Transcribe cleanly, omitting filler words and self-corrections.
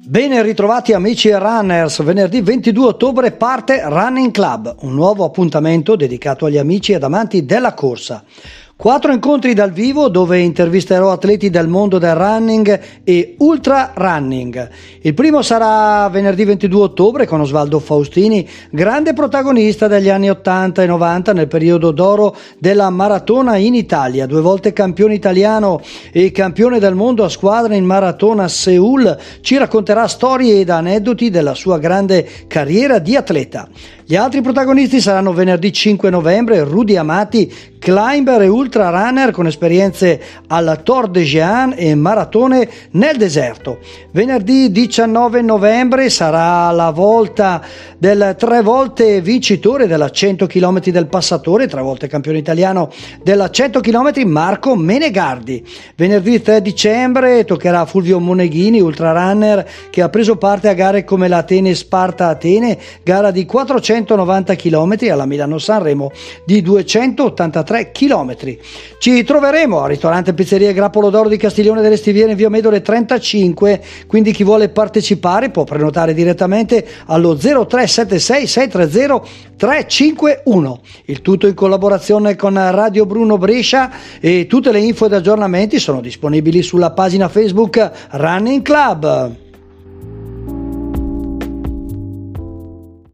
Ben ritrovati amici e runners, venerdì 22 ottobre parte Running Club, un nuovo appuntamento dedicato agli amici ed amanti della corsa. 4 incontri dal vivo dove intervisterò atleti del mondo del running e ultra running. Il primo sarà venerdì 22 ottobre con Osvaldo Faustini, grande protagonista degli anni 80 e 90 nel periodo d'oro della maratona in Italia, 2 volte campione italiano e campione del mondo a squadra in maratona a Seul. Ci racconterà storie ed aneddoti della sua grande carriera di atleta. Gli altri protagonisti saranno venerdì 5 novembre Rudy Amati, climber e ultra runner con esperienze alla Tor de Géant e maratone nel deserto. Venerdì 19 novembre sarà la volta del 3 volte vincitore della 100 km del Passatore, 3 volte campione italiano della 100 km Marco Menegardi. Venerdì 3 dicembre toccherà a Fulvio Moneghini, ultra runner che ha preso parte a gare come l'Atene Sparta Atene, gara di 490 km alla Milano-Sanremo di 283 km. Ci troveremo al ristorante Pizzeria Grappolo d'Oro di Castiglione delle Stiviere in via Medole 35, quindi chi vuole partecipare può prenotare direttamente allo 0376 630 351. Il tutto in collaborazione con Radio Bruno Brescia e tutte le info ed aggiornamenti sono disponibili sulla pagina Facebook Running Club.